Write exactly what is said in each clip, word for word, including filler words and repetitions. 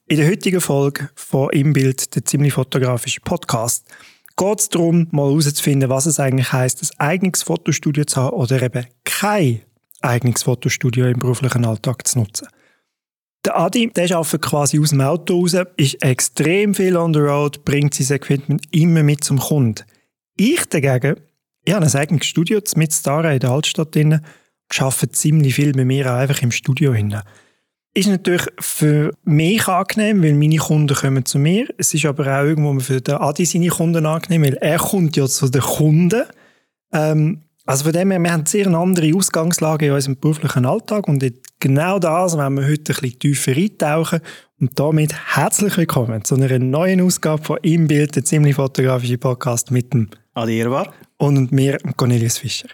In der heutigen Folge von «Imbild», der ziemlich fotografische Podcast, geht es darum, mal herauszufinden, was es eigentlich heisst, ein eigenes Fotostudio zu haben oder eben kein eigenes Fotostudio im beruflichen Alltag zu nutzen. Der Adi, der arbeitet quasi aus dem Auto raus, ist extrem viel on the road, bringt sein Equipment immer mit zum Kunden. Ich dagegen, ich habe ein eigenes Studio mit Stara in der Altstadt drin, arbeite ziemlich viel bei mir auch einfach im Studio hin. Ist natürlich für mich angenehm, weil meine Kunden kommen zu mir. Es ist aber auch irgendwo für den Adi seine Kunden angenehm, weil er kommt ja zu den Kunden. Ähm, also von dem her, wir haben sehr eine andere Ausgangslage in unserem beruflichen Alltag und genau das wollen wir heute ein bisschen tiefer eintauchen und damit herzlich willkommen zu einer neuen Ausgabe von «Imbild», der ziemlich fotografische Podcast mit dem Adi Irrbar und mir, Cornelius Fischer.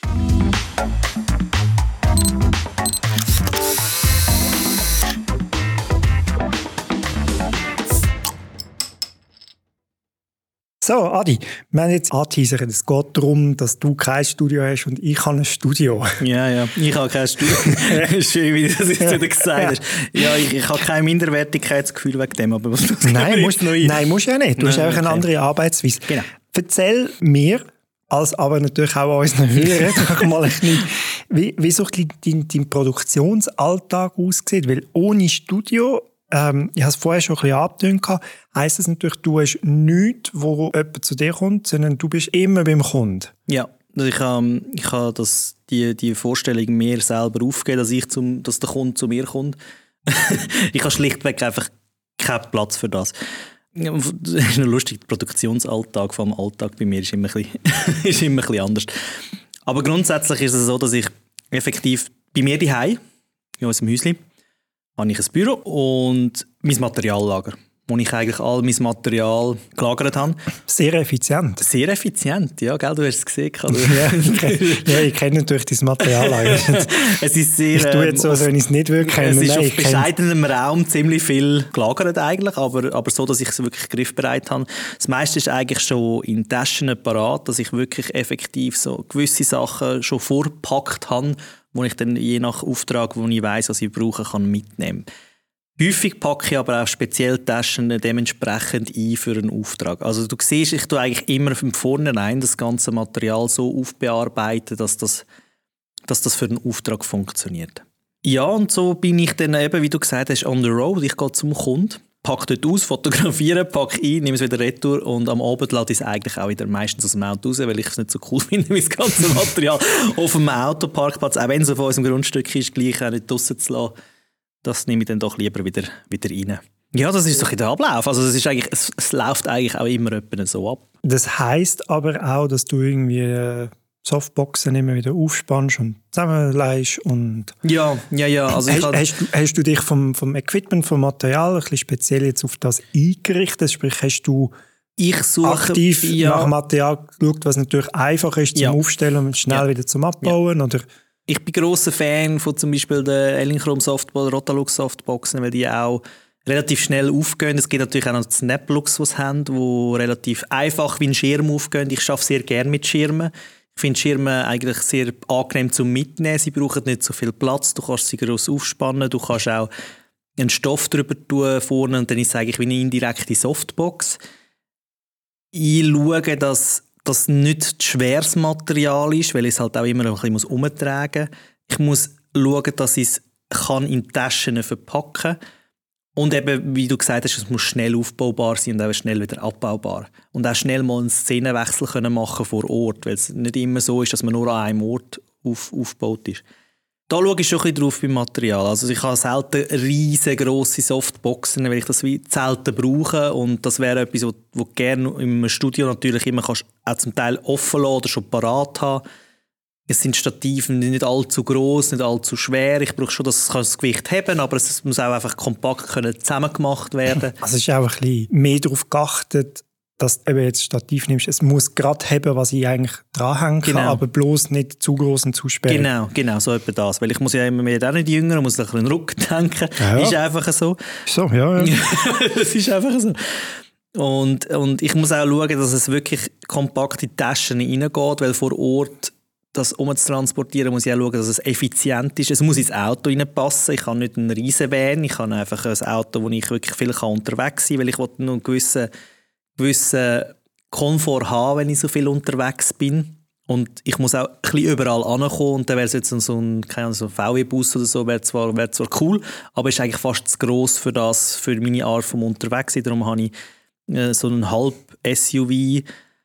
So, Adi, wir haben jetzt angeteasert, es geht darum, dass du kein Studio hast und ich habe ein Studio. Ja, ja, ich habe kein Studio. Schön, wie du das jetzt wieder gesagt hast. Ja, ich, ich habe kein Minderwertigkeitsgefühl wegen dem, aber was das nein, musst, nein, musst du ja nicht. Du nein, hast einfach okay. eine andere Arbeitsweise. Genau. Erzähl mir, als aber natürlich auch unseren Hörern, mal ein bisschen, wie, wie so ein bisschen dein, dein Produktionsalltag aussieht, weil ohne Studio, Ähm, ich habe es vorher schon ein bisschen angetönt, heisst es natürlich, du hast nichts, wo jemand zu dir kommt, sondern du bist immer beim Kunden. Ja, also ich habe ich habe das, die, die Vorstellung mir selber aufgegeben, dass, ich zum, dass der Kunde zu mir kommt. Ich habe schlichtweg einfach keinen Platz für das. Das ist noch lustig, der Produktionsalltag vom Alltag bei mir ist immer ein bisschen, ist immer ein bisschen anders. Aber grundsätzlich ist es so, dass ich effektiv bei mir daheim in unserem Häuschen, habe ich ein Büro und mein Materiallager, wo ich eigentlich all mein Material gelagert habe. Sehr effizient. Sehr effizient, ja, gell, du hast es gesehen. ja, ja, ich kenne natürlich dein Materiallager. Es ist sehr, ich tue jetzt so, als wenn ich es nicht wirklich kenne. Es ist Nein, auf bescheidenem Raum ziemlich viel gelagert eigentlich, aber, aber so, dass ich es wirklich griffbereit habe. Das meiste ist eigentlich schon in Taschen parat, dass ich wirklich effektiv so gewisse Sachen schon vorgepackt habe, wo ich dann je nach Auftrag, wo ich weiss, was ich brauche, kann mitnehmen. Häufig packe ich aber auch speziell Taschen dementsprechend ein für einen Auftrag. Also du siehst, ich tue eigentlich immer von vornherein das ganze Material so aufbearbeiten, dass das, dass das für den Auftrag funktioniert. Ja, und so bin ich dann eben, wie du gesagt hast, on the road. Ich gehe zum Kunden, packe dort aus, fotografiere, packe ein, nehme es wieder retour und am Abend lade ich es eigentlich auch wieder meistens aus dem Auto raus, weil ich es nicht so cool finde, mein ganzes Material auf dem Autoparkplatz, auch wenn es auf unserem Grundstück ist, gleich auch nicht draussen zu lassen. Das nehme ich dann doch lieber wieder, wieder rein. Ja, das ist doch der Ablauf. Also es, ist eigentlich, es, es läuft eigentlich auch immer so ab. Das heisst aber auch, dass du irgendwie Softboxen immer wieder aufspannst und zusammenlegst und... Ja, ja, ja. Also hast, ich hast, du, hast du dich vom, vom Equipment, vom Material ein bisschen speziell jetzt auf das eingerichtet? Sprich, hast du ich suche, aktiv ja. nach Material geschaut, was natürlich einfach ist zum ja. Aufstellen und schnell ja. wieder zum Abbauen? Ja. Oder? Ich bin grosser Fan von zum Beispiel den Elinchrom Softbox, Rotalux Softboxen, weil die auch relativ schnell aufgehen. Es gibt natürlich auch noch Snaplux, die es haben, die relativ einfach wie ein Schirm aufgehen. Ich arbeite sehr gerne mit Schirmen. Ich finde Schirme eigentlich sehr angenehm zum Mitnehmen. Sie brauchen nicht so viel Platz. Du kannst sie gross aufspannen. Du kannst auch einen Stoff drüber tun vorne und dann ist es eigentlich wie eine indirekte Softbox. Ich schaue, dass das nicht schweres Material ist, weil ich es halt auch immer ein bisschen umtragen muss. Ich muss schauen, dass ich es kann in Taschen verpacken kann. Und eben, wie du gesagt hast, es muss schnell aufbaubar sein und auch schnell wieder abbaubar. Und auch schnell mal einen Szenenwechsel können machen vor Ort, weil es nicht immer so ist, dass man nur an einem Ort auf, aufgebaut ist. Da schaue ich schon ein bisschen drauf beim Material. Also ich habe selten riesengroße Softboxen, weil ich das wie selten brauche. Und das wäre etwas, was du gerne im Studio natürlich immer kannst, auch zum Teil offen lassen oder schon parat haben. Es sind Stative nicht allzu gross, nicht allzu schwer. Ich brauche schon, dass es das Gewicht haben, aber es muss auch einfach kompakt können zusammengemacht werden. Also es ist auch ein bisschen mehr darauf geachtet, dass du eben jetzt Stativ nimmst. Es muss gerade haben, was ich eigentlich dranhängen kann, genau. Aber bloß nicht zu gross und zu sperrig. Genau, genau, so etwa das. Weil ich muss ja immer mehr auch nicht jünger, muss ein bisschen den Rücken denken. Ja, ja. Ist einfach so. So, ja, ja. Es ist einfach so. Und, und ich muss auch schauen, dass es wirklich kompakt in die Taschen reingeht, weil vor Ort das umzutransportieren, muss ich auch schauen, dass es effizient ist. Es muss ins Auto reinpassen. Ich habe nicht einen riesen Van, ich habe einfach ein Auto, wo ich wirklich viel unterwegs sein kann, weil ich nur einen gewissen, gewissen Komfort haben, wenn ich so viel unterwegs bin. Und ich muss auch ein bisschen überall ankommen. Und dann wäre es jetzt so ein, keine Ahnung, so ein V W-Bus oder so, wäre zwar, wäre zwar cool, aber ist eigentlich fast zu gross für das, für meine Art vom Unterwegssein. Darum habe ich äh, so einen Halb-S U V.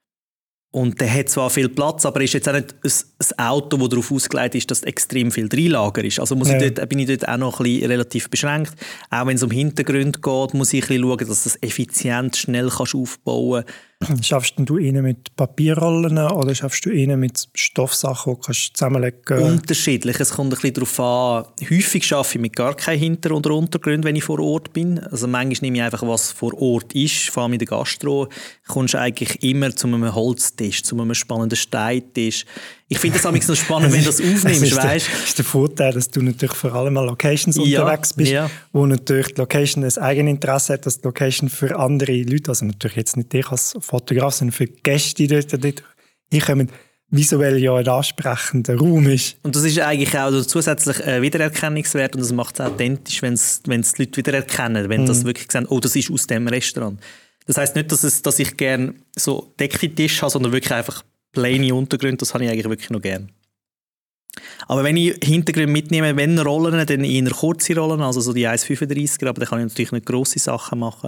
Und der hat zwar viel Platz, aber ist jetzt auch nicht ein Auto, das darauf ausgelegt ist, dass extrem viel Dreilager ist. Also muss ja. ich dort, bin ich dort auch noch ein bisschen relativ beschränkt. Auch wenn es um Hintergründe geht, muss ich ein bisschen schauen, dass du das effizient, schnell kannst aufbauen kannst. Schaffst du ihn mit Papierrollen oder schaffst du ihn mit Stoffsachen, die du zusammenlegen kannst? Unterschiedlich. Es kommt ein bisschen darauf an. Häufig arbeite ich mit gar keinen Hinter- oder Untergrund, wenn ich vor Ort bin. Also manchmal nehme ich einfach, was vor Ort ist. Vor allem in der Gastro kommst du eigentlich immer zu einem Holztisch, zu einem spannenden Steintisch. Ich finde das manchmal noch spannend, wenn du das aufnimmst. Das ist, weißt? Der, ist der Vorteil, dass du natürlich vor allem an Locations ja, unterwegs bist, ja. wo natürlich die Location ein Eigeninteresse hat, dass die Location für andere Leute, also natürlich jetzt nicht dich als Fotograf, sondern für Gäste, die dort, dort hinkommen, visuell ja ein ansprechender Raum ist. Und das ist eigentlich auch zusätzlich ein Wiedererkennungswert und das macht es authentisch, wenn es die Leute wiedererkennen, wenn mhm. das wirklich sehen, oh, das ist aus dem Restaurant. Das heisst nicht, dass, es, dass ich gerne so Decktisch habe, sondern wirklich einfach plaine Untergründe, das habe ich eigentlich wirklich noch gerne. Aber wenn ich Hintergründe mitnehme, wenn Rollen, dann eher kurze Rollen, also so die eins Komma fünfunddreißiger, aber dann kann ich natürlich nicht grosse Sachen machen.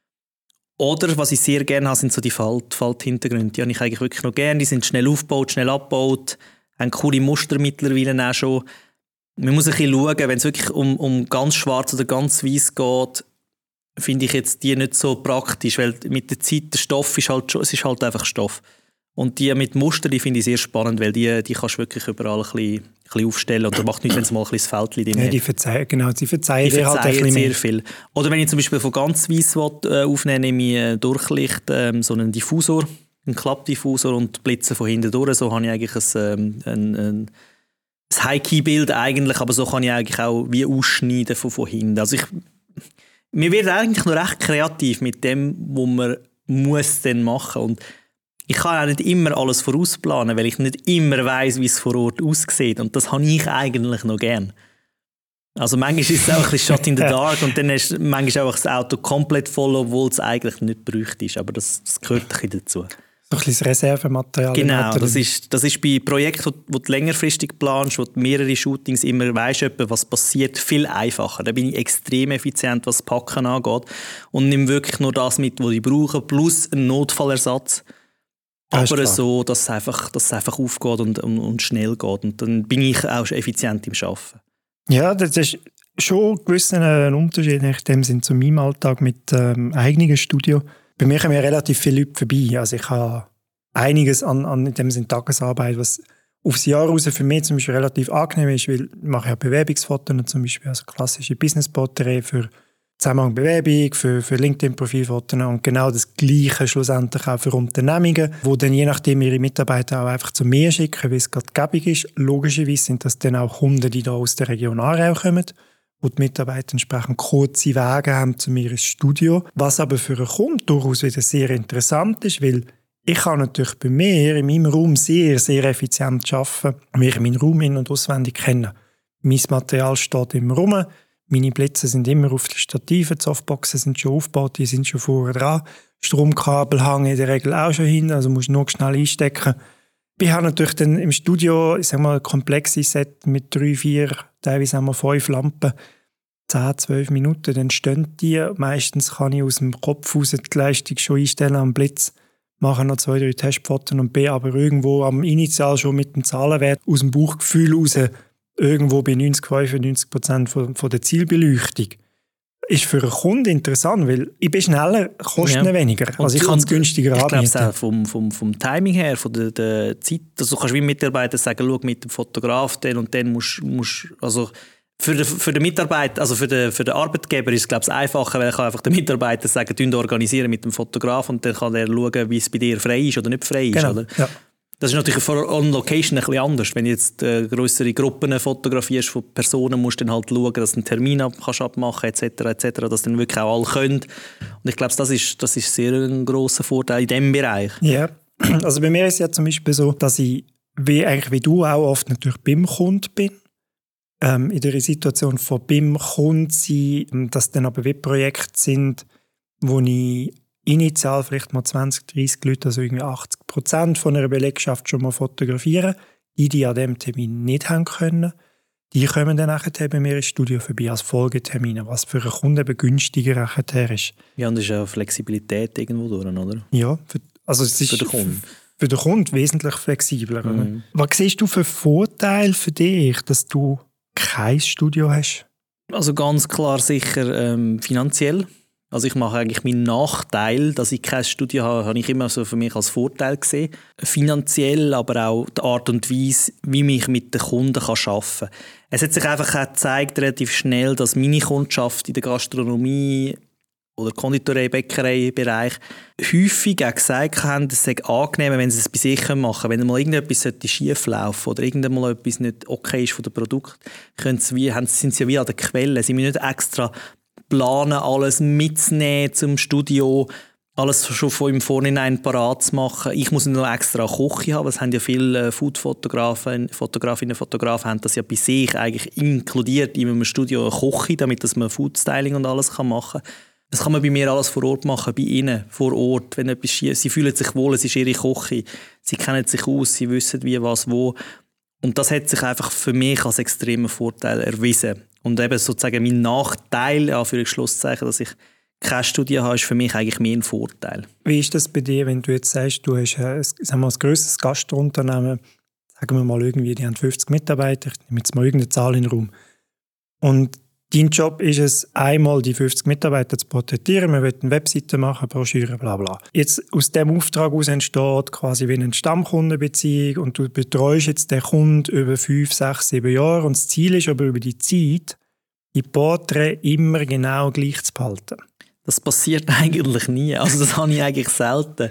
Oder was ich sehr gerne habe, sind so die Falt, Falthintergründe. Die habe ich eigentlich wirklich noch gerne. Die sind schnell aufgebaut, schnell abgebaut, haben coole Muster mittlerweile auch schon. Man muss ein bisschen schauen, wenn es wirklich um, um ganz schwarz oder ganz weiß geht, finde ich jetzt die nicht so praktisch, weil mit der Zeit der Stoff ist halt schon, es ist halt einfach Stoff. Und die mit Muster, die finde ich sehr spannend, weil die, die kannst du wirklich überall ein bisschen, ein bisschen aufstellen und da macht nichts, wenn es mal ein bisschen das Fältchen drin ja, hat. Die verzeihen, genau, die verzeihen, die dir halt ein bisschen sehr mehr. viel. Oder wenn ich zum Beispiel von ganz weiss äh, aufnehme, nehme ich äh, Durchlicht, ähm, so einen Diffusor, einen Klappdiffusor und blitze von hinten durch. So habe ich eigentlich ein, ähm, ein, ein, ein High-Key-Bild eigentlich, aber so kann ich eigentlich auch wie ausschneiden von, von hinten. Also ich, mir wird eigentlich noch recht kreativ mit dem, was man muss dann machen muss. Ich kann auch nicht immer alles vorausplanen, weil ich nicht immer weiss, wie es vor Ort aussieht. Und das habe ich eigentlich noch gern. Also manchmal ist es auch ein bisschen Shot in the Dark und dann ist manchmal auch das Auto komplett voll, obwohl es eigentlich nicht bräuchte ist. Aber das, das gehört ein bisschen dazu. So ein bisschen Reservematerial. Genau, das ist, das ist bei Projekten, wo du längerfristig planst, wo du mehrere Shootings immer weisst, was passiert, viel einfacher. Da bin ich extrem effizient, was das Packen angeht. Und nehme wirklich nur das mit, was ich brauche, plus einen Notfallersatz. Aber so, dass es einfach, dass es einfach aufgeht und, und, und schnell geht. Und dann bin ich auch schon effizient im Arbeiten. Ja, das ist schon gewiss ein Unterschied in dem Sinn zu meinem Alltag mit ähm, eigenen Studio. Bei mir kommen ja relativ viele Leute vorbei. Also ich habe einiges an, an in dem Sinn Tagesarbeit, was aufs Jahr raus für mich zum Beispiel relativ angenehm ist, weil ich mache ja Bewerbungsfotos zum Beispiel, also klassische Business-Porträts für Zusammenhang Bewerbung, für, für LinkedIn-Profilfotos und genau das Gleiche schlussendlich auch für Unternehmungen, wo dann je nachdem ihre Mitarbeiter auch einfach zu mir schicken, wie es gerade gäbig ist. Logischerweise sind das dann auch Kunden, die da aus der Region Aarau kommen, wo die Mitarbeiter entsprechend kurze Wege haben zu mir ins Studio. Was aber für einen Kunden durchaus wieder sehr interessant ist, weil ich kann natürlich bei mir in meinem Raum sehr, sehr effizient arbeiten, weil ich meinen Raum in- und auswendig kenne. Mein Material steht immer rum. Meine Blitze sind immer auf den Stativen, die Softboxen sind schon aufgebaut, die sind schon vorne dran. Stromkabel hängen in der Regel auch schon hin, also musst du nur schnell einstecken. Wir haben natürlich dann im Studio, ich sag mal, ein komplexes Set mit drei, vier, teilweise haben wir fünf Lampen, zehn, zwölf Minuten, dann stehen die. Meistens kann ich aus dem Kopf raus die Leistung schon einstellen am Blitz, mache noch zwei, drei Testfotos und bin aber irgendwo am Initial schon mit dem Zahlenwert aus dem Bauchgefühl raus irgendwo bei neunzig, fünfundneunzig Prozent von, von der Zielbeleuchtung. Ist für einen Kunden interessant, weil ich bin schneller, kostet ja. weniger. Also ich kann es günstiger anbieten. Ich glaube auch vom, vom, vom Timing her, von der, der Zeit, also du kannst wie Mitarbeiter sagen, schau mit dem Fotograf den und dann musst du, also für den, für den Mitarbeiter, also für den, für den Arbeitgeber ist es glaube ich einfacher, weil er kann einfach den Mitarbeiter sagen, du organisieren mit dem Fotograf und dann kann er schauen, wie es bei dir frei ist oder nicht frei ist. Genau. Oder? Ja. Das ist natürlich vor on Location ein bisschen anders. Wenn du jetzt äh, grössere Gruppen fotografierst von Personen, musst du dann halt schauen, dass du einen Termin ab, kannst abmachen kannst, et cetera et cetera, dass dann wirklich auch alle können. Und ich glaube, das ist, das ist sehr ein grosser Vorteil in diesem Bereich. Ja, also bei mir ist es ja zum Beispiel so, dass ich wie, eigentlich wie du auch oft natürlich beim Kunden bin. Ähm, in der Situation von beim Kunden sein, dass dann aber Projekte sind, wo ich initial vielleicht mal zwanzig, dreissig Leute, also irgendwie achtzig Prozent von einer Belegschaft schon mal fotografieren, die, die an diesem Termin nicht haben können, die kommen dann nachher bei mir ins Studio vorbei als Folgetermine, was für einen Kunden eben günstiger nachher ist. Ja, und das ist ja Flexibilität irgendwo durch, oder? Ja, für, also es ist für den Kunden. Für den Kunden wesentlich flexibler. Mhm. Was siehst du für Vorteile für dich, dass du kein Studio hast? Also ganz klar sicher ähm, finanziell. Also ich mache eigentlich meinen Nachteil, dass ich kein Studio habe, habe ich immer so für mich als Vorteil gesehen. Finanziell, aber auch die Art und Weise, wie ich mit den Kunden arbeiten kann. Es hat sich einfach auch gezeigt, relativ schnell, dass meine Kundschaft in der Gastronomie oder Konditorei-, Bäckerei-Bereich häufig auch gesagt haben, es sei angenehm, wenn sie es bei sich machen können. Wenn mal irgendetwas schief laufen oder irgendwann etwas nicht okay ist von dem Produkt, können sie wie, sind sie ja wie an der Quelle. Sie müssen nicht extra planen, alles mitzunehmen zum Studio, alles schon von im Vorhinein parat zu machen. Ich muss noch extra eine Küche haben, das haben ja viele Food-Fotografen, Fotografinnen und Fotografen haben das ja bei sich eigentlich inkludiert in einem Studio eine Küche, damit dass man Food-Styling und alles machen kann. Das kann man bei mir alles vor Ort machen, bei ihnen, vor Ort. Wenn etwas schief, sie fühlen sich wohl, es ist ihre Küche, sie kennen sich aus, sie wissen wie, was, wo. Und das hat sich einfach für mich als extremer Vorteil erwiesen. Und eben sozusagen mein Nachteil, ja, für Schlusszeichen, dass ich kein Studio habe, ist für mich eigentlich mehr ein Vorteil. Wie ist das bei dir, wenn du jetzt sagst, du hast ein, sagen wir, ein grösseres Gastrounternehmen, sagen wir mal irgendwie, die haben fünfzig Mitarbeiter, ich nehme jetzt mal irgendeine Zahl in den Raum. Und dein Job ist es, einmal die fünfzig Mitarbeiter zu porträtieren, man will eine Webseite machen, Broschüre, bla bla. Jetzt aus diesem Auftrag heraus entsteht quasi wie eine Stammkundenbeziehung und du betreust jetzt den Kunden über fünf, sechs, sieben Jahre und das Ziel ist aber über die Zeit, die Porträts immer genau gleich zu behalten. Das passiert eigentlich nie, also das habe ich eigentlich selten.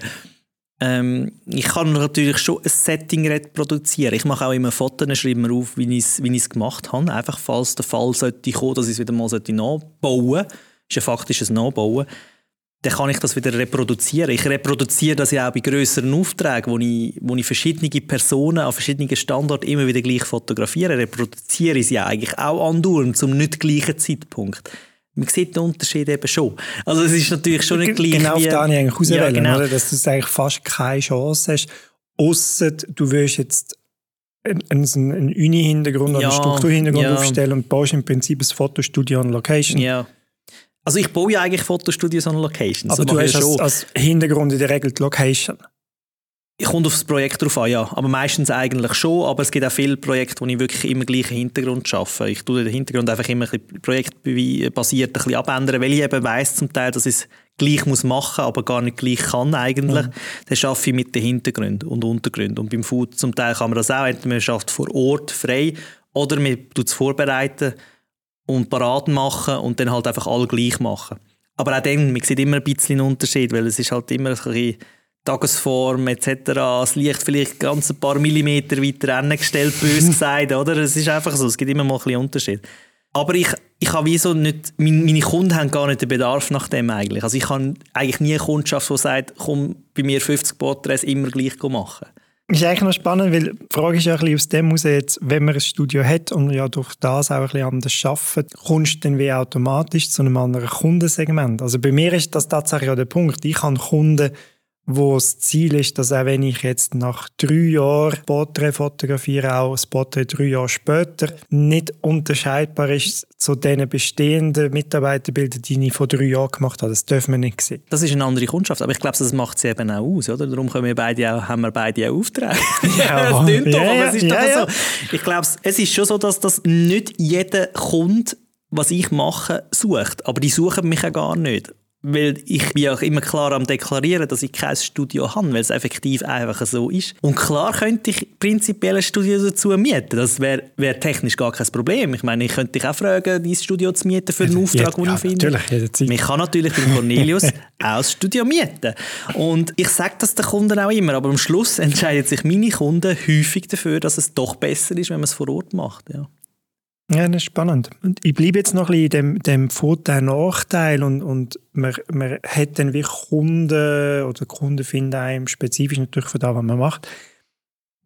Ähm, ich kann natürlich schon ein Setting reproduzieren. Ich mache auch immer Fotos, schreibe mir auf, wie ich es wie gemacht habe. Einfach, falls der Fall sollte kommen, dass ich es wieder mal nachbauen sollte. Das ist ja faktisch ein Nachbauen. Dann kann ich das wieder reproduzieren. Ich reproduziere das ja auch bei grösseren Aufträgen, wo ich, wo ich verschiedene Personen an verschiedenen Standorten immer wieder gleich fotografiere. Reproduziere ich sie ja eigentlich auch andauernd zum nicht gleichen Zeitpunkt. Man sieht den Unterschied eben schon. Also es ist natürlich schon nicht gleich genau wie... Genau auf das eigentlich auswählen, ja, genau. Oder? Dass du eigentlich fast keine Chance hast, ausser du willst jetzt einen, einen Uni-Hintergrund ja, oder einen Strukturhintergrund ja. aufstellen und baust im Prinzip ein Fotostudio on Location. Ja. Also ich baue ja eigentlich Fotostudios on Location. Aber so du hast ja als, als Hintergrund in der Regel die Location. Ich komme auf das Projekt drauf an, ja. Aber meistens eigentlich schon. Aber es gibt auch viele Projekte, wo ich wirklich immer gleichen Hintergrund schaffe. Ich tue den Hintergrund einfach immer ein bisschen projektbasiert ein bisschen abändern, weil ich eben weiss zum Teil, dass ich es gleich muss machen, aber gar nicht gleich kann eigentlich. Mhm. Dann schaffe ich mit den Hintergründen und Untergründen. Und beim Food zum Teil kann man das auch. Entweder man schafft vor Ort frei oder man tut es vorbereiten und parat machen und dann halt einfach alle gleich machen. Aber auch dann, man sieht immer ein bisschen einen Unterschied, weil es ist halt immer ein bisschen Tagesform et cetera. Das Licht vielleicht ganz ein paar Millimeter weiter hingestellt, bös gesagt, oder? Es ist einfach so, es gibt immer mal ein bisschen Unterschied. Aber ich, ich habe wie so nicht, meine Kunden haben gar nicht den Bedarf nach dem eigentlich. Also ich habe eigentlich nie eine Kundschaft, die sagt, komm bei mir fünfzig Porträts immer gleich machen. Das ist eigentlich noch spannend, weil die Frage ist ja ein bisschen aus dem heraus jetzt, wenn man ein Studio hat und ja durch das auch ein bisschen anders arbeitet, kommst du dann wie automatisch zu einem anderen Kundensegment. Also bei mir ist das tatsächlich auch der Punkt. Ich habe Kunden, wo das Ziel ist, dass auch wenn ich jetzt nach drei Jahren Porträt fotografiere, auch das Porträt drei Jahre später nicht unterscheidbar ist zu den bestehenden Mitarbeiterbildern, die ich vor drei Jahren gemacht habe. Das dürfen wir nicht sehen. Das ist eine andere Kundschaft, aber ich glaube, das macht sie eben auch aus, oder? Darum können wir beide auch, haben wir beide auch Aufträge. Ja, das klingt doch, ja, aber es ist ja, doch ja. so. Ich glaube, es ist schon so, dass das nicht jeder Kunde, was ich mache, sucht. Aber die suchen mich ja gar nicht. Weil ich bin auch immer klar am deklarieren, dass ich kein Studio habe, weil es effektiv einfach so ist. Und klar könnte ich prinzipiell ein Studio dazu mieten. Das wäre wär technisch gar kein Problem. Ich meine, ich könnte dich auch fragen, dein Studio zu mieten für einen Auftrag, den ja, ich finde. Natürlich, jederzeit. Man kann natürlich bei Cornelius auch das Studio mieten. Und ich sage das den Kunden auch immer, aber am Schluss entscheiden sich meine Kunden häufig dafür, dass es doch besser ist, wenn man es vor Ort macht. Ja. Ja, das ist spannend. Und ich bleibe jetzt noch ein bisschen in dem, dem Vorteil-Nachteil und, und man, man hat dann wie Kunden oder Kunden finden einem spezifisch natürlich für das, was man macht.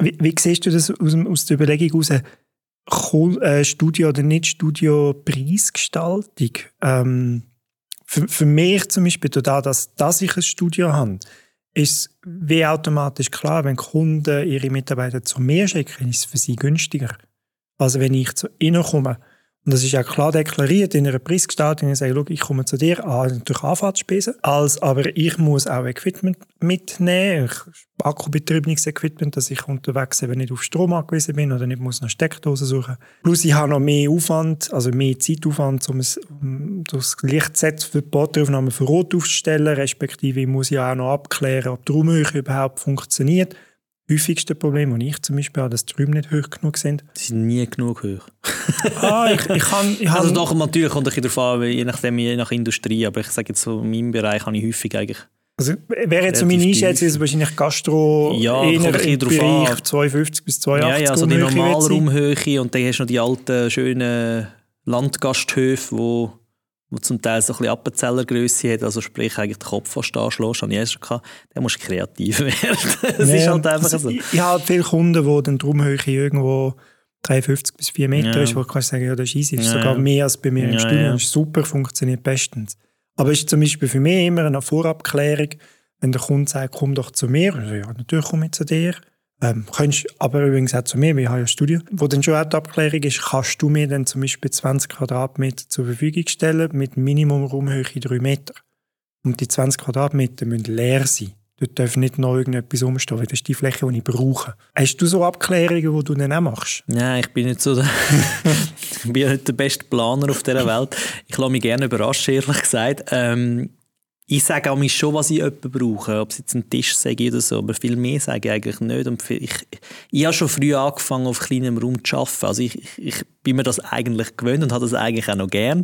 Wie, wie siehst du das aus, aus der Überlegung heraus, äh, Studio oder nicht Studio Preisgestaltung? Ähm, für, für mich zum Beispiel, dadurch, dass, dass ich ein Studio habe, ist wie automatisch klar, wenn Kunden ihre Mitarbeiter zu mir schicken, ist es für sie günstiger. Also wenn ich zu ihnen komme, und das ist auch klar deklariert in einer Preisgestaltung, ich sage, schau, ich komme zu dir, A, natürlich Anfahrtsspesen, als aber ich muss auch Equipment mitnehmen, akkubetriebenes Equipment, dass ich unterwegs eben nicht auf Strom angewiesen bin oder nicht muss nach Steckdosen suchen. Plus ich habe noch mehr Aufwand, also mehr Zeitaufwand, um, es, um das Lichtset für die Porträtaufnahme für Rot aufzustellen, respektive muss ich auch noch abklären, ob die Raumhöhe überhaupt funktioniert. Das häufigste Problem, das ich zum Beispiel habe, dass die Räume nicht hoch genug sind. Sie sind nie genug hoch. ah, ich, ich kann, ich also kann, doch, natürlich kommt es darauf an, je nachdem, je nach Industrie, aber ich sage jetzt so, in meinem Bereich habe ich häufig eigentlich... Also wäre jetzt so meine Einschätzung, ist wahrscheinlich Gastro ja, eher im Bereich zweihundertfünfzig bis zweihundertachtzig. Ja, ja, also die normale Raumhöhe und dann hast du noch die alten, schönen Landgasthöfe, wo, wo zum Teil so ein bisschen Appenzellergrösse hat, also sprich eigentlich den Kopf fast anschlägst, habe ich erst gehabt, dann musst du kreativ werden. Das ja, ist halt einfach also, so. Ich, ich habe viele Kunden, wo dann die Raumhöhe irgendwo dreiundfünfzig bis vier Meter ja. ist, wo du kannst sagen, ja, das ist easy, das ist ja, sogar ja. mehr als bei mir im ja, Studio, ja. Das ist super, funktioniert bestens. Aber es ist zum Beispiel für mich immer eine Vorabklärung, wenn der Kunde sagt, komm doch zu mir, also, ja, natürlich komme ich zu dir. Ähm, kannst aber übrigens auch zu mir, weil ich habe ja ein Studio. Wo dann schon auch die Abklärung ist, kannst du mir dann zum Beispiel zwanzig Quadratmeter zur Verfügung stellen mit Minimum Raumhöhe drei Meter. Und die zwanzig Quadratmeter müssen leer sein. Dort darf nicht noch irgendetwas rumstehen, weil das ist die Fläche, die ich brauche. Hast du so Abklärungen, die du dann auch machst? Nein, ich bin nicht so der, ich bin nicht der beste Planer auf dieser Welt. Ich lasse mich gerne überraschen, ehrlich gesagt. Ähm, ich sage auch mich schon, was ich jemanden brauche, ob es jetzt einen Tisch sage oder so, aber viel mehr sage ich eigentlich nicht. Und ich, ich, ich habe schon früh angefangen, auf kleinem Raum zu arbeiten. Also ich, ich, ich bin mir das eigentlich gewöhnt und habe das eigentlich auch noch gern.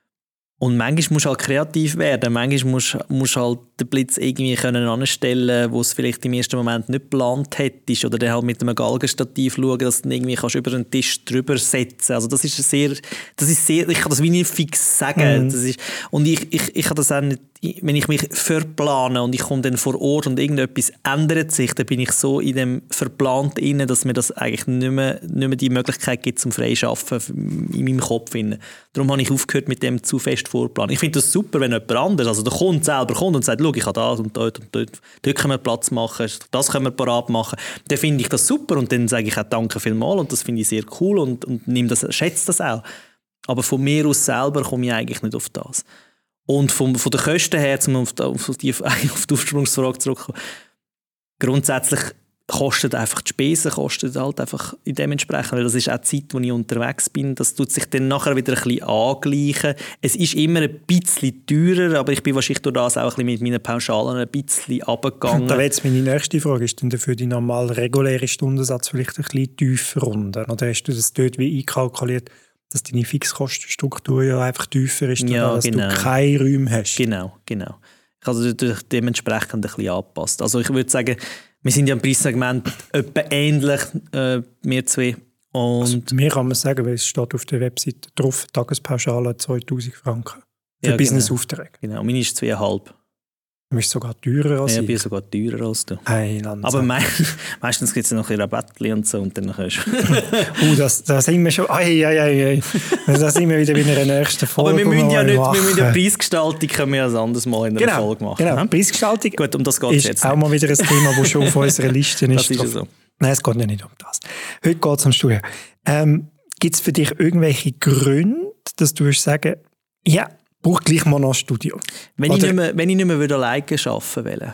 Und manchmal musst du halt kreativ werden. Manchmal musst du halt den Blitz irgendwie können anstellen, wo es vielleicht im ersten Moment nicht geplant hättest. Oder dann halt mit einem Galgenstativ schauen, dass du irgendwie kannst über einen Tisch drüber setzen. Also das ist sehr, das ist sehr, ich kann das wie nicht fix sagen. Mhm. Das ist, und ich, ich, ich kann das auch nicht, wenn ich mich verplane und ich komme dann vor Ort und irgendetwas ändert sich, dann bin ich so in dem Verplant inne, dass mir das eigentlich nicht mehr, nicht mehr die Möglichkeit gibt, zum frei zu arbeiten in meinem Kopf. Darum habe ich aufgehört mit dem zu fest vorplanen. Ich finde das super, wenn jemand anderes, also der Kunde selber kommt und sagt, schau, ich habe das und dort und dort, dort können wir Platz machen, das können wir parat machen. Dann finde ich das super und dann sage ich auch danke vielmals und das finde ich sehr cool und, und nehme das, schätze das auch. Aber von mir aus selber komme ich eigentlich nicht auf das. Und vom, von den Kosten her, um auf die, auf die, auf die Ursprungsfrage zurückzukommen, grundsätzlich kostet einfach die Spesen kostet halt einfach dementsprechend, weil das ist auch die Zeit, wo ich unterwegs bin, das tut sich dann nachher wieder ein bisschen angleichen. Es ist immer ein bisschen teurer, aber ich bin wahrscheinlich durch das auch ein bisschen mit meinen Pauschalen ein bisschen runtergegangen. Da wäre jetzt meine nächste Frage, ist denn dafür die normale reguläre Stundensatz vielleicht ein bisschen tiefer runter? Oder hast du das dort wie einkalkuliert, dass deine Fixkostenstruktur ja einfach tiefer ist, ja, dass genau. du keine Räume hast? Genau, genau. Ich habe das dementsprechend ein bisschen angepasst. Also ich würde sagen, wir sind ja im Preissegment etwa ähnlich, äh, wir zwei. Und also mir kann man sagen, weil es steht auf der Webseite drauf, Tagespauschale zweitausend Franken für ja, Business-Aufträge. Genau, meine ist zweieinhalb. Du bist sogar teurer als ja, ich. Ich bin sogar teurer als du. Hey, aber me meistens gibt es noch ein Rabattchen und so. Und dann kannst uh, das, das sind wir schon. Ei, ei, ei, ei. Das sind wir wieder in einer nächsten Folge. Aber wir müssen ja nicht, wir müssen ja Preisgestaltung können wir ja ein anderes Mal in einer genau, Folge machen. Genau, ja? Preisgestaltung Gut, um das geht es jetzt auch nicht. mal wieder ein Thema, das schon auf unserer Liste ist. Das ist ja so. Nein, es geht ja nicht um das. Heute geht es um Studio. Ähm, gibt es für dich irgendwelche Gründe, dass du würdest sagen, ja, brauche gleich mal noch ein Studio? Wenn ich, nicht mehr, wenn ich nicht mehr alleine arbeiten will.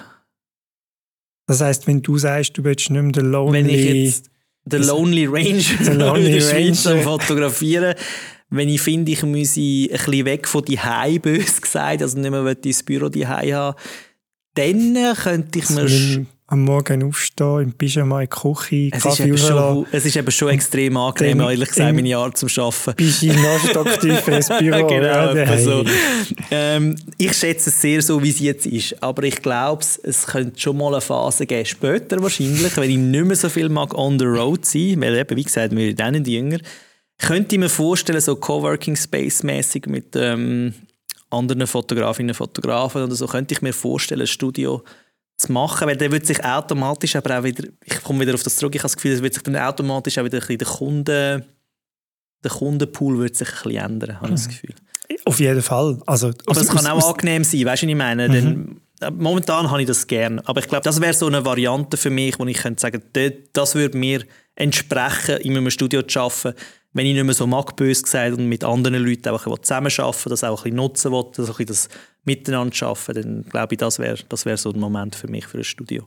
Das heisst, wenn du sagst, du willst nicht mehr den Lonely... Wenn ich jetzt den Lonely Ranger Lonely in der Schweiz fotografieren, wenn ich finde, ich muss ein bisschen weg von die Hause, bös gesagt, also nicht mehr ins Büro die Hause haben, dann könnte ich mir... So am Morgen aufstehen, im Pyjama in die Küche, es ist, eben schon, es ist eben schon extrem angenehm, ehrlich gesagt, meine Art zum Arbeiten. Pyjama stocktief ins Büro. Genau, ja, hey. so. ähm, ich schätze es sehr so, wie es jetzt ist. Aber ich glaube, es könnte schon mal eine Phase geben, später wahrscheinlich, wenn ich nicht mehr so viel mag on the road sein, weil eben, wie gesagt, wir sind nicht jünger, könnte ich mir vorstellen, so Coworking-Space-mäßig mit ähm, anderen Fotografinnen und Fotografen oder so, könnte ich mir vorstellen, ein Studio zu machen, weil der wird sich automatisch aber auch wieder, ich komme wieder auf das zurück, ich habe das Gefühl, es wird sich dann automatisch auch wieder ein bisschen der Kunden, der Kundenpool wird sich ein bisschen ändern, habe ich das Gefühl. Auf jeden Fall. Also, aber es kann aus, auch angenehm sein, weißt du, was ich meine? Mhm. Denn, momentan habe ich das gerne, aber ich glaube, das wäre so eine Variante für mich, wo ich könnte sagen, das würde mir entsprechen, in einem Studio zu arbeiten, wenn ich nicht mehr so mag, böse gesagt, und mit anderen Leuten auch zusammenarbeiten, das auch ein bisschen nutzen will, das, ein bisschen das Miteinander arbeiten, dann glaube ich, das wäre das wär so ein Moment für mich, für ein Studio.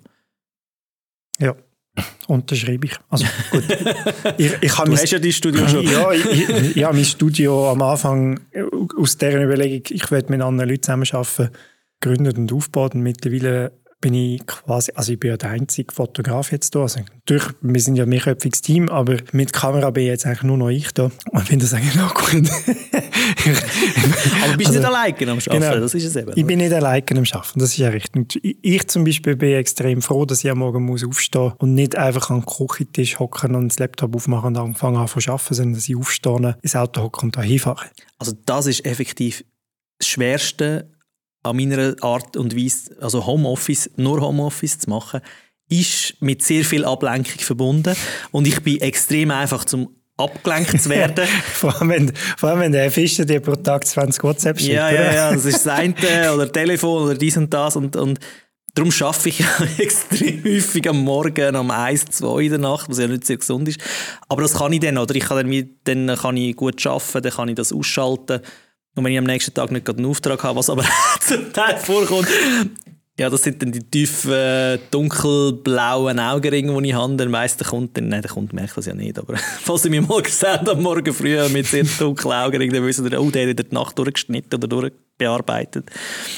Ja, unterschreibe ich. Also, gut. ich, ich du mein, hast ja dein Studio schon. Ja, ich, ich, ja, mein Studio am Anfang aus dieser Überlegung, ich will mit anderen Leuten zusammenarbeiten, gegründet und aufgebaut, und mittlerweile bin ich quasi, also ich bin ja der einzige Fotograf jetzt da. Also natürlich, wir sind ja ein mehrköpfiges Team, aber mit Kamera bin jetzt eigentlich nur noch ich da. Und ich finde das eigentlich auch gut. Aber bist du also, nicht alleine am Arbeiten? Genau, das ist es eben. Ich bin nicht alleine am Arbeiten, das ist ja richtig. Ich, ich zum Beispiel bin extrem froh, dass ich am Morgen muss aufstehen muss und nicht einfach am Küchentisch hocken und das Laptop aufmachen und anfangen an zu arbeiten, sondern dass ich aufstehe, ins Auto hocke und da hinfahre. Also das ist effektiv das Schwerste an meiner Art und Weise, also Homeoffice, nur Homeoffice zu machen, ist mit sehr viel Ablenkung verbunden. Und ich bin extrem einfach zum abgelenkt zu werden. vor, allem, wenn, vor allem, wenn der Fischer dir pro Tag zwanzig WhatsApp schickt. Ja, ja, ja, das ist das eine oder Telefon oder dies und das. Und, und darum arbeite ich extrem häufig am Morgen um eins, zwei in der Nacht, was ja nicht sehr gesund ist. Aber das kann ich dann, oder? Ich kann dann, dann kann ich gut arbeiten, dann kann ich das ausschalten. Und wenn ich am nächsten Tag nicht gerade einen Auftrag habe, was aber zum Teil vorkommt, ja, das sind dann die tiefen, dunkelblauen Augenringe, die ich habe. Der meiste Kunde, nein, der Kunde merkt das ja nicht, aber falls Sie mich mal gesehen am Morgen früh mit sehr dunklen Augenringen, dann wissen Sie, oh, der hat die Nacht durchgeschnitten oder durchbearbeitet.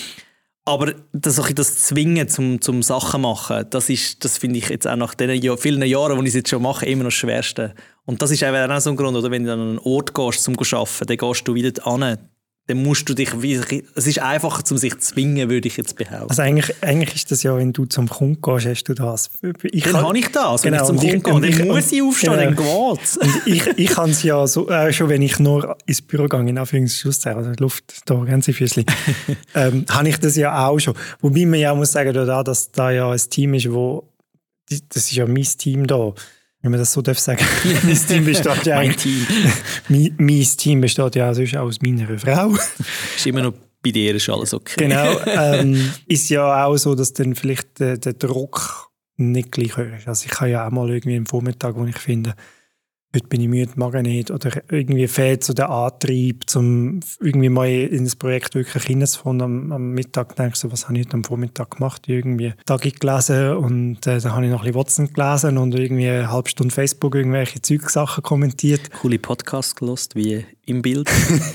Aber das, das Zwingen zum, zum Sachen machen, das, ist, das finde ich jetzt auch nach den Jahr, vielen Jahren, die ich es jetzt schon mache, immer noch das Schwerste. Und das ist auch so ein Grund, oder wenn du an einen Ort gehst, um zu arbeiten, dann gehst du wieder hin. Dann musst du dich, es ist einfacher, um sich zu zwingen, würde ich jetzt behaupten. Also eigentlich, eigentlich ist das ja, wenn du zum Kunden gehst, hast du das. Ich dann habe ich das, wenn genau, ich zum Kunden gehe, dann ich, muss ich aufstehen, genau. Dann geht's. ich ich kann es ja so, äh, schon wenn ich nur ins Büro gehe, in Anführungszeichen, also Luft, da Gänsefüßchen, ähm, habe ich das ja auch schon. Wobei man ja muss sagen, da, dass da ja ein Team ist, wo, das ist ja mein Team da, wenn man das so darf sagen. mein Team besteht ja mein Team. mein, mein Team besteht ja sonst auch aus meiner Frau. Ist immer noch bei dir, ist alles okay. Genau. Ähm, ist ja auch so, dass dann vielleicht der, der Druck nicht gleich hoch ist. Also ich kann ja auch mal irgendwie am Vormittag, wo ich finde, heute bin ich müde, mag ich nicht, oder irgendwie fehlt so der Antrieb, um irgendwie mal in das Projekt wirklich hineinzufahren. Am, am Mittag denke ich so, was habe ich heute am Vormittag gemacht? Irgendwie Tagi gelesen und äh, dann habe ich noch ein bisschen Watson gelesen und irgendwie eine halbe Stunde Facebook irgendwelche Zeugsachen kommentiert. Coole Podcasts gelost, wie im Bild.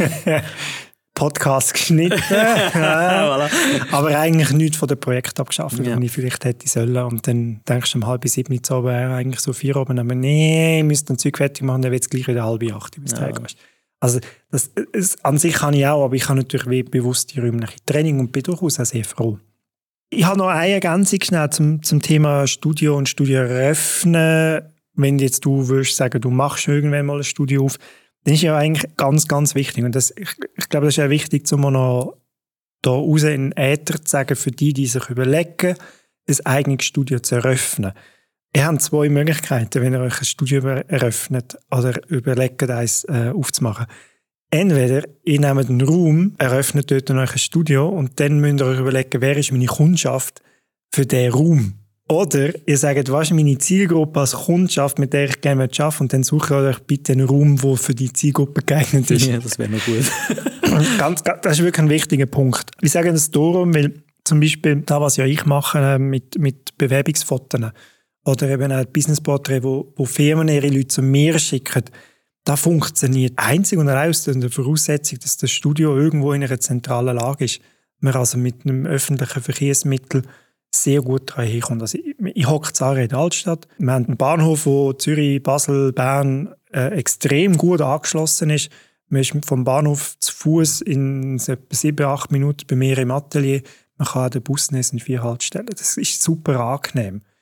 Podcast geschnitten. ja. Aber eigentlich nichts von dem Projekt abgeschafft, ja. wenn ich vielleicht hätte sollen. Und dann denkst du um halb sieben Uhr zu wäre eigentlich so vier oben, aber nee, ich müsste ein Zeug fertig machen, dann wird es gleich wieder halb acht bis ja. Also das, das, an sich kann ich auch, aber ich habe natürlich bewusst die räumliche Training und bin durchaus auch sehr froh. Ich habe noch eine Ergänzung schnell zum, zum Thema Studio und Studio eröffnen. Wenn jetzt du würdest sagen, du machst irgendwann mal ein Studio auf, das ist ja eigentlich ganz, ganz wichtig. Und das, ich, ich glaube, das ist ja wichtig, um noch da raus in den Äther zu sagen, für die, die sich überlegen, ein eigenes Studio zu eröffnen. Ihr habt zwei Möglichkeiten, wenn ihr euch ein Studio eröffnet oder überlegt, eins äh, aufzumachen. Entweder ihr nehmt einen Raum, eröffnet dort euch ein Studio und dann müsst ihr euch überlegen, wer ist meine Kundschaft für diesen Raum. Oder ihr sagt, was ist meine Zielgruppe als Kundschaft, mit der ich gerne arbeite, und dann suche ich euch bitte einen Raum, der für die Zielgruppe geeignet ist. Ja, das wäre noch gut. ganz, das ist wirklich ein wichtiger Punkt. Ich sage das darum, weil zum Beispiel da, was ja ich mache mit, mit Bewerbungsfotos oder eben ein Businessporträt, wo, wo Firmen ihre Leute zu mir schicken, da funktioniert einzig und allein aus der Voraussetzung, dass das Studio irgendwo in einer zentralen Lage ist. Man also mit einem öffentlichen Verkehrsmittel sehr gut daran hinkommt. Also ich, ich hocke in der Altstadt. Wir haben einen Bahnhof, wo Zürich, Basel, Bern äh, extrem gut angeschlossen ist. Man ist vom Bahnhof zu Fuß in etwa sieben, acht Minuten bei mir im Atelier. Man kann den Bus nehmen, in vier Haltestellen. Das ist super angenehm.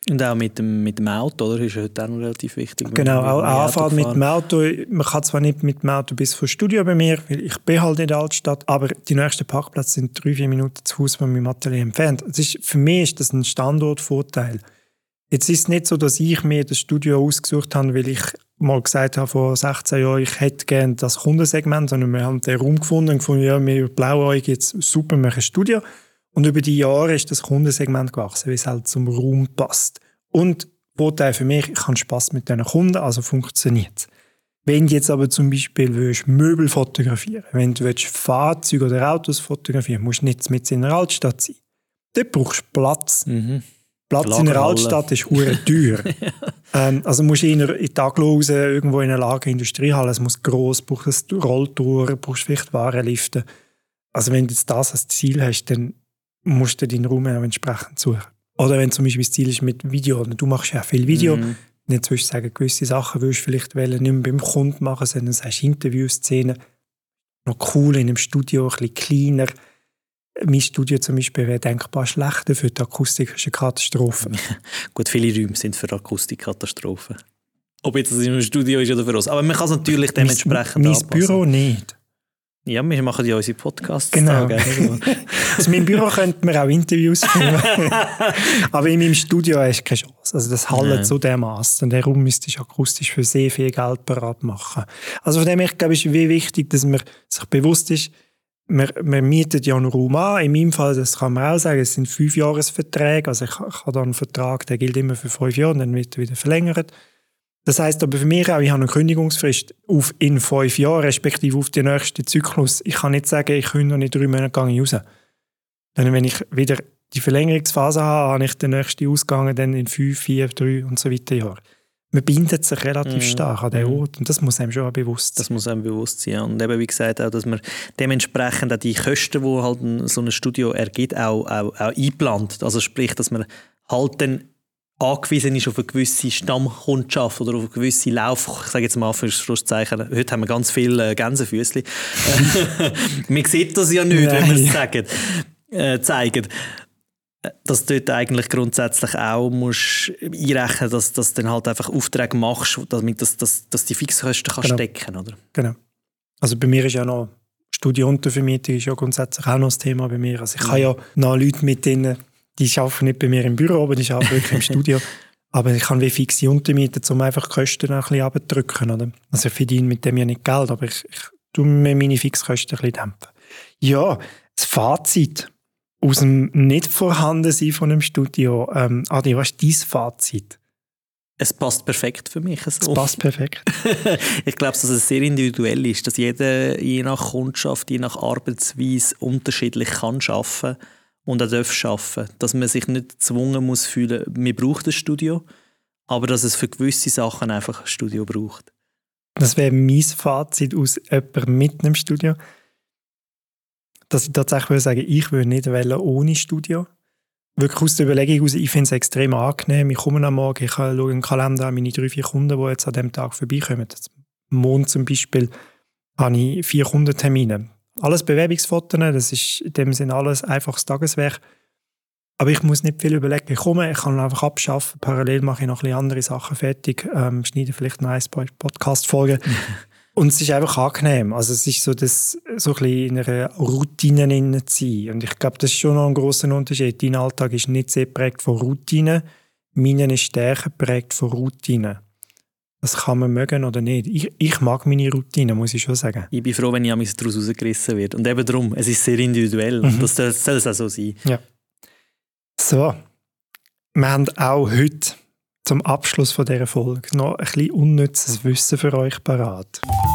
Und auch mit dem, mit dem Auto, oder? Ist heute auch noch relativ wichtig. Genau, auch Anfahrt mit dem Auto. Man kann zwar nicht mit dem Auto bis vor Studio bei mir, weil ich bin halt in der Altstadt, aber die nächsten Parkplätze sind drei, vier Minuten zu Fuß von meinem Atelier entfernt. Das ist, für mich ist das ein Standortvorteil. Jetzt ist es nicht so, dass ich mir das Studio ausgesucht habe, weil ich mal gesagt habe, vor sechzehn Jahren, ich hätte gerne das Kundensegment, sondern wir haben den Raum gefunden und gefunden, ja, wir blauäugig jetzt super, machen ein Studio. Und über die Jahre ist das Kundensegment gewachsen, weil es halt zum Raum passt. Und Vorteil für mich, ich habe Spass mit diesen Kunden, also funktioniert es. Wenn du jetzt aber zum Beispiel willst, Möbel fotografieren, wenn du willst, Fahrzeuge oder Autos fotografieren, musst du nicht mit in der Altstadt sein. Dort brauchst du Platz. Mhm. Platz Lagerhalle. In der Altstadt ist verdammt teuer. ja. ähm, also musst du in die Taglose irgendwo in einer Lagerindustriehalle, es muss gross, brauchst du Rolltouren, brauchst vielleicht Warenlifte. Also wenn du jetzt das als Ziel hast, dann musst du deinen Raum auch entsprechend suchen. Oder wenn zum Beispiel das Ziel ist mit Video, du machst ja viel Video, mhm. nicht willst du sagen, gewisse Sachen willst du vielleicht nicht mehr beim Kunden machen, sondern sagst Interviewszenen, noch cool in einem Studio, ein bisschen kleiner. Mein Studio zum Beispiel wäre denkbar schlechter, für die Akustik ist eine Katastrophe. Gut, viele Räume sind für Akustikkatastrophen. Ob jetzt das in einem Studio ist oder für uns. Aber man kann es natürlich dementsprechend mein, mein anpassen. Büro nicht. Ja, wir machen ja unsere Podcasts. Genau. Da, also in meinem Büro könnte man auch Interviews filmen. Aber in meinem Studio hast du keine Chance. Also das hallt so dermaßen. Und der Raum müsste akustisch für sehr viel Geld parat machen. Also von dem her, glaube ich, ist es wichtig, dass man sich bewusst ist, man, man mietet ja einen Raum an. In meinem Fall, das kann man auch sagen, es sind Fünfjahresverträge. Also ich, ich habe da einen Vertrag, der gilt immer für fünf Jahre und dann wird er wieder verlängert. Das heisst aber für mich auch, ich habe eine Kündigungsfrist auf in fünf Jahren, respektive auf den nächsten Zyklus. Ich kann nicht sagen, ich kündige noch nicht drei Monate gehe ich raus. Dann, wenn ich wieder die Verlängerungsphase habe, habe ich den nächsten Ausgang dann in fünf, vier, drei und so weiter Jahren. Man bindet sich relativ mm. stark an den Ort und das muss einem schon auch bewusst sein. Das muss einem bewusst sein, ja. Und eben, wie gesagt, auch, dass man dementsprechend auch die Kosten, die halt so ein Studio ergibt, auch, auch, auch einplant. Also sprich, dass man halt dann angewiesen ist auf eine gewisse Stammkundschaft oder auf eine gewisse Lauf, ich sage jetzt mal für Schlusszeichen, heute haben wir ganz viele Gänsefüßchen. Man sieht das ja nicht, Nein. wenn wir es sagen, äh, zeigen. Dass du dort eigentlich grundsätzlich auch musst einrechnen musst, dass du dann halt einfach Aufträge machst, damit das, das, dass die Fixkosten kannst genau. decken oder? Genau. Also bei mir ist ja noch Studiountervermietung ist ja grundsätzlich auch noch das Thema bei mir. Also ich habe ja noch Leute mit denen, die arbeiten nicht bei mir im Büro, aber die arbeiten wirklich im Studio. Aber ich kann wie fixe Untermieten, um einfach die Kosten ein bisschen runterzudrücken. Oder? Also ich verdiene mit dem ja nicht Geld, aber ich, ich tue mir meine Fixkosten ein bisschen dämpfen. Ja, das Fazit aus dem Nicht-Vorhandensein von einem Studio. Ähm, Adi, was ist dein Fazit? Es passt perfekt für mich. So. Es passt perfekt. Ich glaube, dass es sehr individuell ist, dass jeder je nach Kundschaft, je nach Arbeitsweise unterschiedlich kann arbeiten und auch darf arbeiten. Dass man sich nicht gezwungen muss fühlen, man braucht ein Studio, aber dass es für gewisse Sachen einfach ein Studio braucht. Das wäre mein Fazit aus jemandem mit einem Studio. Dass ich tatsächlich würde sagen, ich würde nicht wählen ohne Studio. Wirklich aus der Überlegung heraus, ich finde es extrem angenehm. Ich komme am Morgen, ich schaue in den Kalender an meine drei, vier Kunden, die jetzt an diesem Tag vorbeikommen. Am Montag zum Beispiel habe ich vier Kundentermine. Alles Bewerbungsfotos, das ist in dem Sinne alles einfaches Tageswerk. Aber ich muss nicht viel überlegen. Ich komme, ich kann einfach abschaffen. Parallel mache ich noch ein bisschen andere Sachen fertig. Ähm, schneide vielleicht noch ein paar Podcast-Folgen. Und es ist einfach angenehm. Also es ist so, das, so ein bisschen in einer Routine zu sein. Und ich glaube, das ist schon noch ein grosser Unterschied. Dein Alltag ist nicht sehr geprägt von Routine. Meinen ist stärker geprägt von Routine. Das kann man mögen oder nicht. Ich, ich mag meine Routine, muss ich schon sagen. Ich bin froh, wenn ich daraus rausgerissen werde. Und eben darum, es ist sehr individuell. Mhm. Und das soll, soll es auch so sein. Ja. So, wir haben auch heute zum Abschluss von dieser Folge noch ein bisschen unnützes Wissen für euch parat.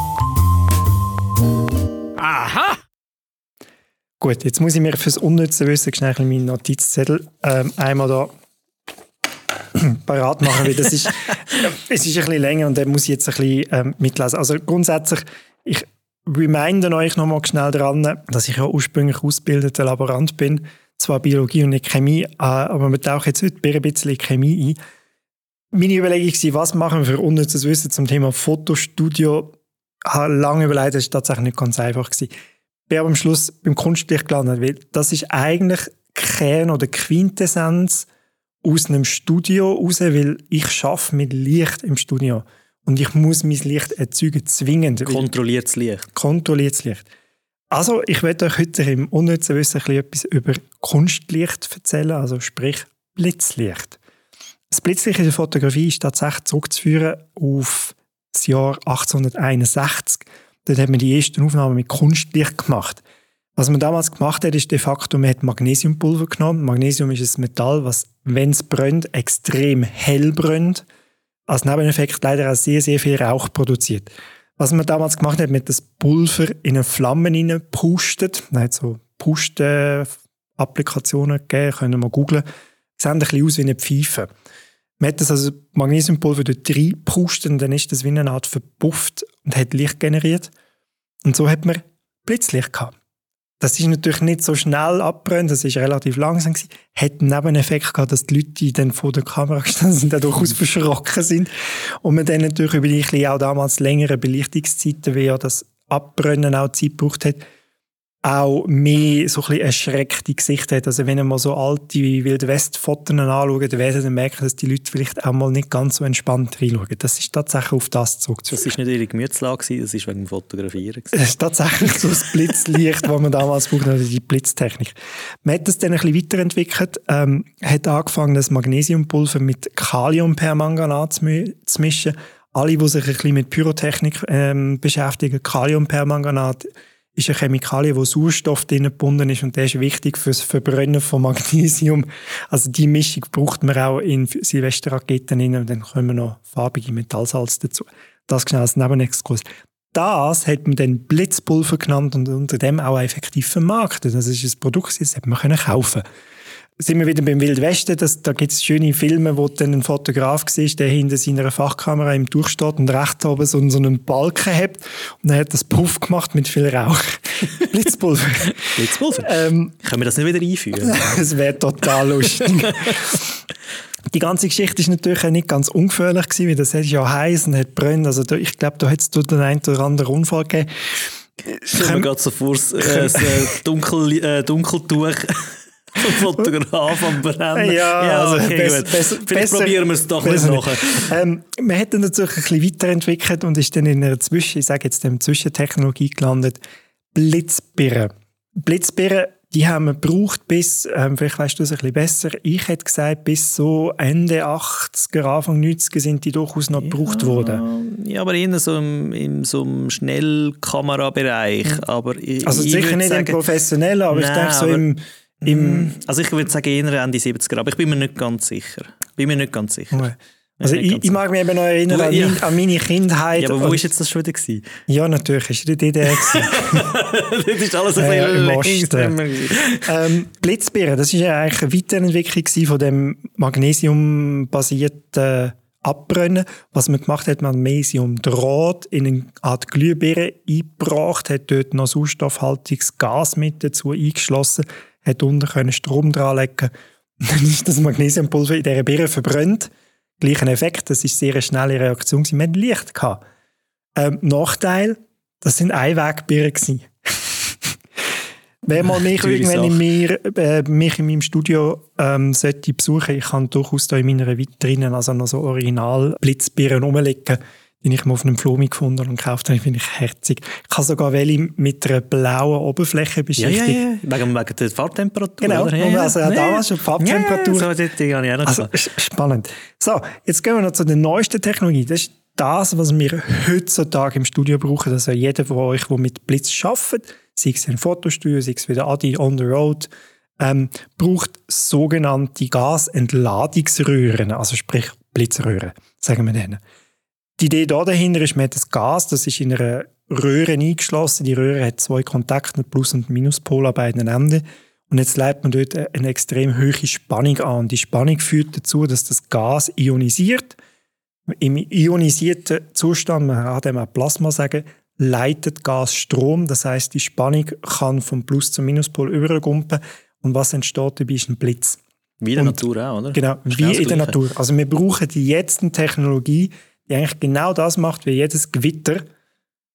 Aha! Gut, jetzt muss ich mir fürs unnütze Wissen schnell meinen Notizzettel ähm, einmal da parat machen, weil das ist, es ist ein bisschen länger und den muss ich jetzt ein bisschen ähm, mitlesen. Also grundsätzlich, ich reminde euch noch mal schnell daran, dass ich ja ursprünglich ausgebildeter Laborant bin, zwar Biologie und nicht Chemie, äh, aber wir tauchen jetzt heute ein bisschen in Chemie ein. Meine Überlegung war, was machen wir für unnützes Wissen zum Thema Fotostudio? Ich habe lange überlegt, das war tatsächlich nicht ganz einfach. Ich bin aber am Schluss beim Kunststich gelandet, weil das ist eigentlich Kern oder Quintessenz aus einem Studio raus, weil ich arbeite mit Licht im Studio. Und ich muss mein Licht erzeugen, zwingend. Kontrolliertes Licht. Kontrolliertes Licht. Also, ich werde euch heute im unnützen Wissen etwas über Kunstlicht erzählen, also sprich Blitzlicht. Das Blitzlicht in der Fotografie ist tatsächlich zurückzuführen auf das Jahr achtzehnhunderteinundsechzig. Dort hat man die ersten Aufnahmen mit Kunstlicht gemacht. Was man damals gemacht hat, ist de facto, man hat Magnesiumpulver genommen. Magnesium ist ein Metall, das, wenn es brennt, extrem hell brennt. Als Nebeneffekt leider auch sehr, sehr viel Rauch produziert. Was man damals gemacht hat, man hat das Pulver in eine Flamme hineingepustet. Man hat so Pusten-Applikationen gegeben, können wir googlen. Sehen ein bisschen aus wie eine Pfeife. Man hat das also Magnesiumpulver dort reingepustet und dann ist das wie eine Art verpufft und hat Licht generiert. Und so hat man Blitzlicht gehabt. Das ist natürlich nicht so schnell abbrennt, das ist relativ langsam gewesen. Hat einen Nebeneffekt gehabt, dass die Leute, die dann vor der Kamera gestanden sind, durchaus verschrocken sind. Und man dann natürlich über die auch damals längere Belichtungszeiten, wie ja das Abbrennen auch Zeit gebraucht hat, auch mehr so ein bisschen erschreckte Gesichter hat. Also wenn ihr mal so alte Wild-West-Fotos anschaut, dann werdet ihr merken, dass die Leute vielleicht auch mal nicht ganz so entspannt reinschauen. Das ist tatsächlich auf das zurückzuführen. Das war nicht ihre Gemütslage, das war wegen dem Fotografieren. Es ist tatsächlich so das Blitzlicht, das man damals braucht, also die Blitztechnik. Man hat das dann ein bisschen weiterentwickelt, ähm, hat angefangen, das Magnesiumpulver mit Kaliumpermanganat zu, zu mischen. Alle, die sich ein bisschen mit Pyrotechnik ähm, beschäftigen, Kaliumpermanganat ist eine Chemikalie, wo Sauerstoff drin gebunden ist und der ist wichtig für das Verbrennen von Magnesium. Also die Mischung braucht man auch in Silvesterraketen rein und dann kommen noch farbige Metallsalze dazu. Das schnell als Nebenexkurs. Das hat man dann Blitzpulver genannt und unter dem auch effektiv vermarktet. Das ist ein Produkt, das hätte man kaufen können. Sind wir wieder beim Wildwesten, das, da gibt es schöne Filme, wo dann ein Fotograf siehst, der hinter seiner Fachkamera im durchsteht und rechts oben so, so einen Balken hat und dann hat das Puff gemacht mit viel Rauch. Blitzpulver. Blitzpulver? Ähm, Können wir das nicht wieder einführen? Das wäre total lustig. Die ganze Geschichte ist natürlich nicht ganz ungefährlich gewesen, weil das ist ja heiß und hat brennt. Also da, ich glaube, da hat es den einen oder anderen Unfall gegeben. Ich stelle mir gerade so vor, äh, das äh, Dunkel, äh, Dunkeltuch vom Fotograf am Brennen. Ja, ja also okay, besser, gut. besser, Vielleicht besser, probieren wir es doch nicht nachher. Ähm, man hat dann natürlich ein bisschen weiterentwickelt und ist dann in einer Zwischen, ich sage jetzt dem Zwischentechnologie gelandet, Blitzbirnen. Blitzbirnen, die haben wir gebraucht bis, ähm, vielleicht weißt du es ein bisschen besser, ich hätte gesagt, bis so Ende achtziger, Anfang neunziger sind die durchaus noch ja, gebraucht worden. Ja, aber eher so im, in so einem Schnellkamerabereich. Mhm. Aber ich, also ich sicher nicht sagen, im professionellen, aber nein, ich denke so im... Im also ich würde sagen eher Ende siebziger, aber ich bin mir nicht ganz sicher. Bin mir nicht ganz sicher. Okay. Also ich, ich mag mich eben noch erinnern an, ja. mein, an meine Kindheit. Ja, aber wo war jetzt das schon wieder gewesen? Ja, natürlich, es war in der D D R. Das ist alles ein äh, bisschen ähm, Blitzbirnen, das war ja eigentlich eine Weiterentwicklung von dem magnesiumbasierten Abbrennen. Was man gemacht hat, Magnesiumdraht in eine Art Glühbirne eingebracht, hat dort noch sauerstoffhaltiges Gas mit dazu eingeschlossen, hat unten Strom dranlegen. Und dann ist das Magnesiumpulver in dieser Birne verbrannt. Gleichen Effekt, das ist eine sehr schnelle Reaktion. Wir hatten Licht. Ähm, Nachteil, das sind Einwegbirnen. Wer mal mich irgendwann in, mir, äh, mich in meinem Studio ähm, sollte besuchen, ich kann durchaus da in meiner Vitrine also noch so Original-Blitzbirnen rumlegen, die ich mal auf einem Flohmi gefunden und gekauft habe, finde ich herzig. Ich habe sogar welche mit einer blauen Oberfläche beschriftet. Ja, ja, ja. Wegen, wegen der Farbtemperatur. Genau, oder? Ja, also ja, damals schon die Farbtemperatur. Ja, so, die habe ich auch noch also, spannend. So, jetzt gehen wir noch zu der neuesten Technologie. Das ist das, was wir heutzutage im Studio brauchen. Also jeder von euch, der mit Blitz arbeitet, sei es ein Fotostudio, sei es wieder Adi on the road, ähm, braucht sogenannte Gasentladungsröhren, also sprich Blitzröhren, sagen wir denen. Die Idee da dahinter ist, man hat das Gas, das ist in einer Röhre eingeschlossen. Die Röhre hat zwei Kontakte, Plus- und Minuspol an beiden Enden. Und jetzt leitet man dort eine extrem hohe Spannung an. Und die Spannung führt dazu, dass das Gas ionisiert. Im ionisierten Zustand, man kann dem auch Plasma sagen, leitet Gas Strom. Das heisst, die Spannung kann vom Plus- zum Minuspol übergumpen. Und was entsteht dabei, ist ein Blitz. Wie in der und, Natur auch, oder? Genau, wie in der Natur. Also wir brauchen die jetzt eine Technologie, die eigentlich genau das macht wie jedes Gewitter.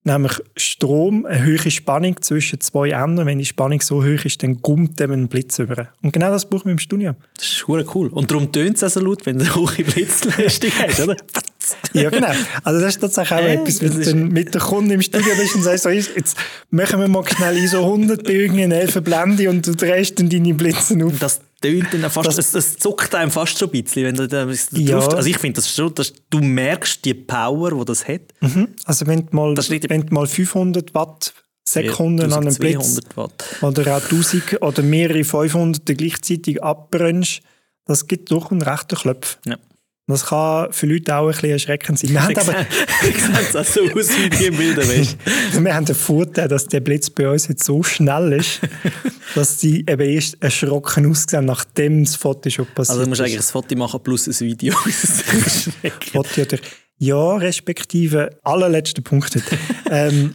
nämlich Strom, eine hohe Spannung zwischen zwei Enden. Wenn die Spannung so hoch ist, dann kommt eben ein Blitz über. Und genau das brauchen wir im Studio. Das ist verdammt cool. Und darum tönt es auch so laut, wenn du eine hohe Blitzleistung hast, oder? Ja, genau. Also das ist tatsächlich auch äh, etwas, wenn du dann mit der Kunde im Studio bist und sagst, so, jetzt machen wir mal schnell I S O hundert bei irgendeiner Elfenblende und du drehst dann deine Blitze auf. Das tönt dann fast, das, es, es zuckt einem fast so ein bisschen, wenn du da drauf, ja. Also ich finde das schon, dass du merkst die Power, die das hat. Mhm. Also wenn du mal, wenn du mal fünfhundert Watt Sekunden ja, an einem Blitz Watt. Oder auch tausend oder mehrere fünfhundert gleichzeitig abbrennst, das gibt doch einen rechten Klopf. Ja. Das kann für Leute auch ein bisschen erschreckend sein. Wir haben aber sieht auch so aus wie die Bilder, weißt du? Wir haben den Vorteil, dass der Blitz bei uns jetzt so schnell ist, dass die eben erst erschrocken aussehen, nachdem das Foto schon passiert ist. Also du musst eigentlich ein Foto machen plus ein Video. Foto oder ja, respektive allerletzter Punkt. ähm,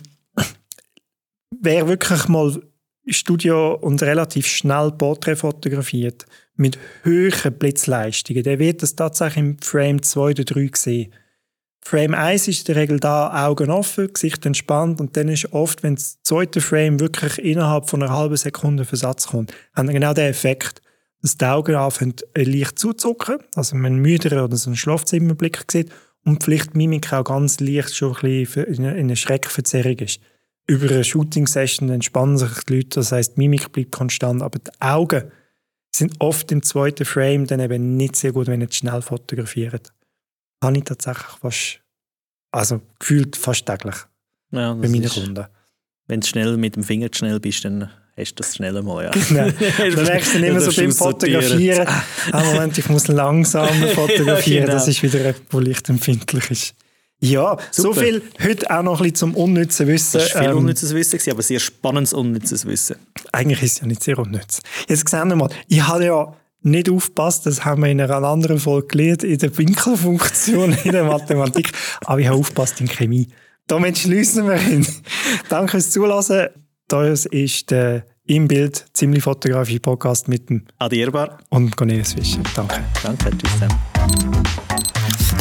wer wirklich mal Studio und relativ schnell Porträt fotografiert, mit hohen Blitzleistungen, der wird das tatsächlich im Frame zwei oder drei sehen. Frame eins ist in der Regel da, Augen offen, Gesicht entspannt und dann ist oft, wenn das zweite Frame wirklich innerhalb von einer halben Sekunde Versatz kommt, haben wir genau den Effekt, dass die Augen anfangen leicht zuzucken, also man einen müderen oder so einen Schlafzimmerblick sieht und vielleicht die Mimik auch ganz leicht schon ein bisschen in einer Schreckverzerrung ist. Über eine Shooting-Session entspannen sich die Leute, das heisst, die Mimik bleibt konstant, aber die Augen sind oft im zweiten Frame dann eben nicht sehr gut, wenn ihr schnell fotografiert. Das habe ich tatsächlich fast, also gefühlt fast täglich ja, bei meinen Kunden. Wenn du schnell mit dem Finger zu schnell bist, dann hast du das schnell mal, ja. Genau. Dann merkst du dann immer so beim Fotografieren, ah, Moment, ich muss langsamer fotografieren, genau. Das ist wieder etwas, was lichtempfindlich ist. Ja, super. So viel heute auch noch ein bisschen zum unnützen Wissen. Das war viel ähm, unnützes Wissen, aber sehr spannendes unnützes Wissen. Eigentlich ist es ja nicht sehr unnütz. Jetzt sehen wir mal, ich habe ja nicht aufgepasst, das haben wir in einer anderen Folge gelernt, in der Winkelfunktion in der Mathematik, aber ich habe aufgepasst in Chemie. Damit schließen wir hin. Danke fürs Zuhören. Das ist der Im Bild ziemlich Fotografie Podcast mit dem Adi Erbar und Cornelis Fischer. Danke. Danke, tschüss zusammen.